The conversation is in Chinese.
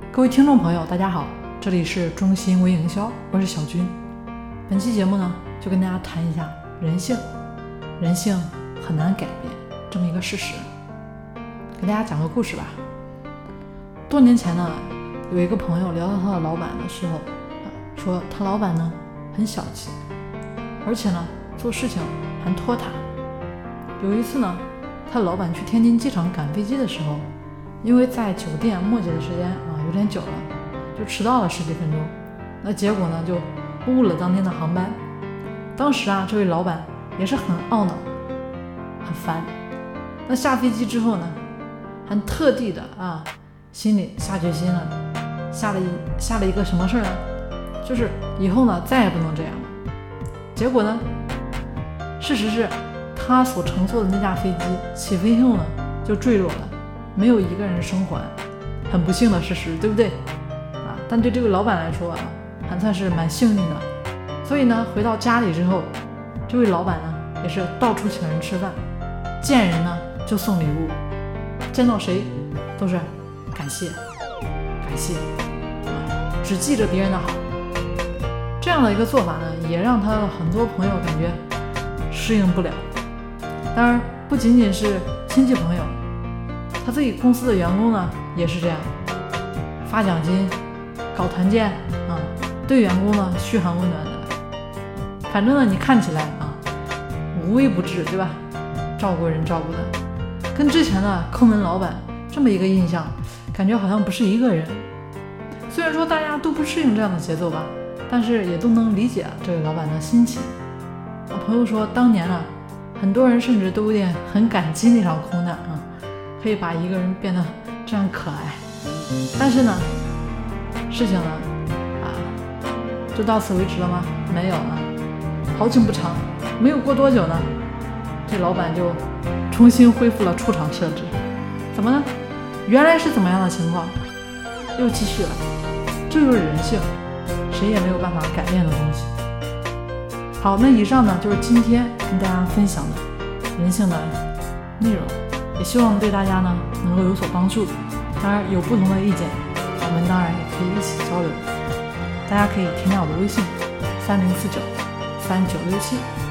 各位听众朋友，大家好，这里是中心微营销，我是小军。本期节目呢，就跟大家谈一下人性，人性很难改变这么一个事实。给大家讲个故事吧。多年前呢，有一个朋友聊到他的老板的时候，说他老板呢很小气，而且呢做事情还拖沓。有一次呢，他老板去天津机场赶飞机的时候，因为在酒店墨迹的时间有点久了，就迟到了10几分钟。那结果呢，就误了当天的航班。当时这位老板也是很懊恼，很烦。那下飞机之后呢，还特地的心里下决心了，下了一个什么事呢？就是以后呢再也不能这样了。结果呢，事实是他所乘坐的那架飞机起飞后呢就坠落了，没有一个人生还，很不幸的事实，对不对？但对这位老板来说还算是蛮幸运的。所以呢，回到家里之后，这位老板呢也是到处请人吃饭，见人呢就送礼物，见到谁都是感谢感谢，只记着别人的好。这样的一个做法呢，也让他很多朋友感觉适应不了。当然，不仅仅是亲戚朋友，他自己公司的员工呢也是这样，发奖金、搞团建对员工呢嘘寒问暖的。反正呢，你看起来无微不至，对吧？照顾人照顾的，跟之前的抠门老板这么一个印象，感觉好像不是一个人。虽然说大家都不适应这样的节奏吧，但是也都能理解这位老板的心情。朋友说，当年很多人甚至都有点很感激那场空难可以把一个人变得这样可爱。但是呢，事情呢就到此为止了吗？没有好景不长，没有过多久呢，这老板就重新恢复了出厂设置。怎么呢？原来是怎么样的情况，又继续了。这就是人性，谁也没有办法改变的东西。好，那以上呢就是今天跟大家分享的人性的内容，也希望对大家呢能够有所帮助。当然有不同的意见，我们当然也可以一起交流。大家可以添加我的微信30493967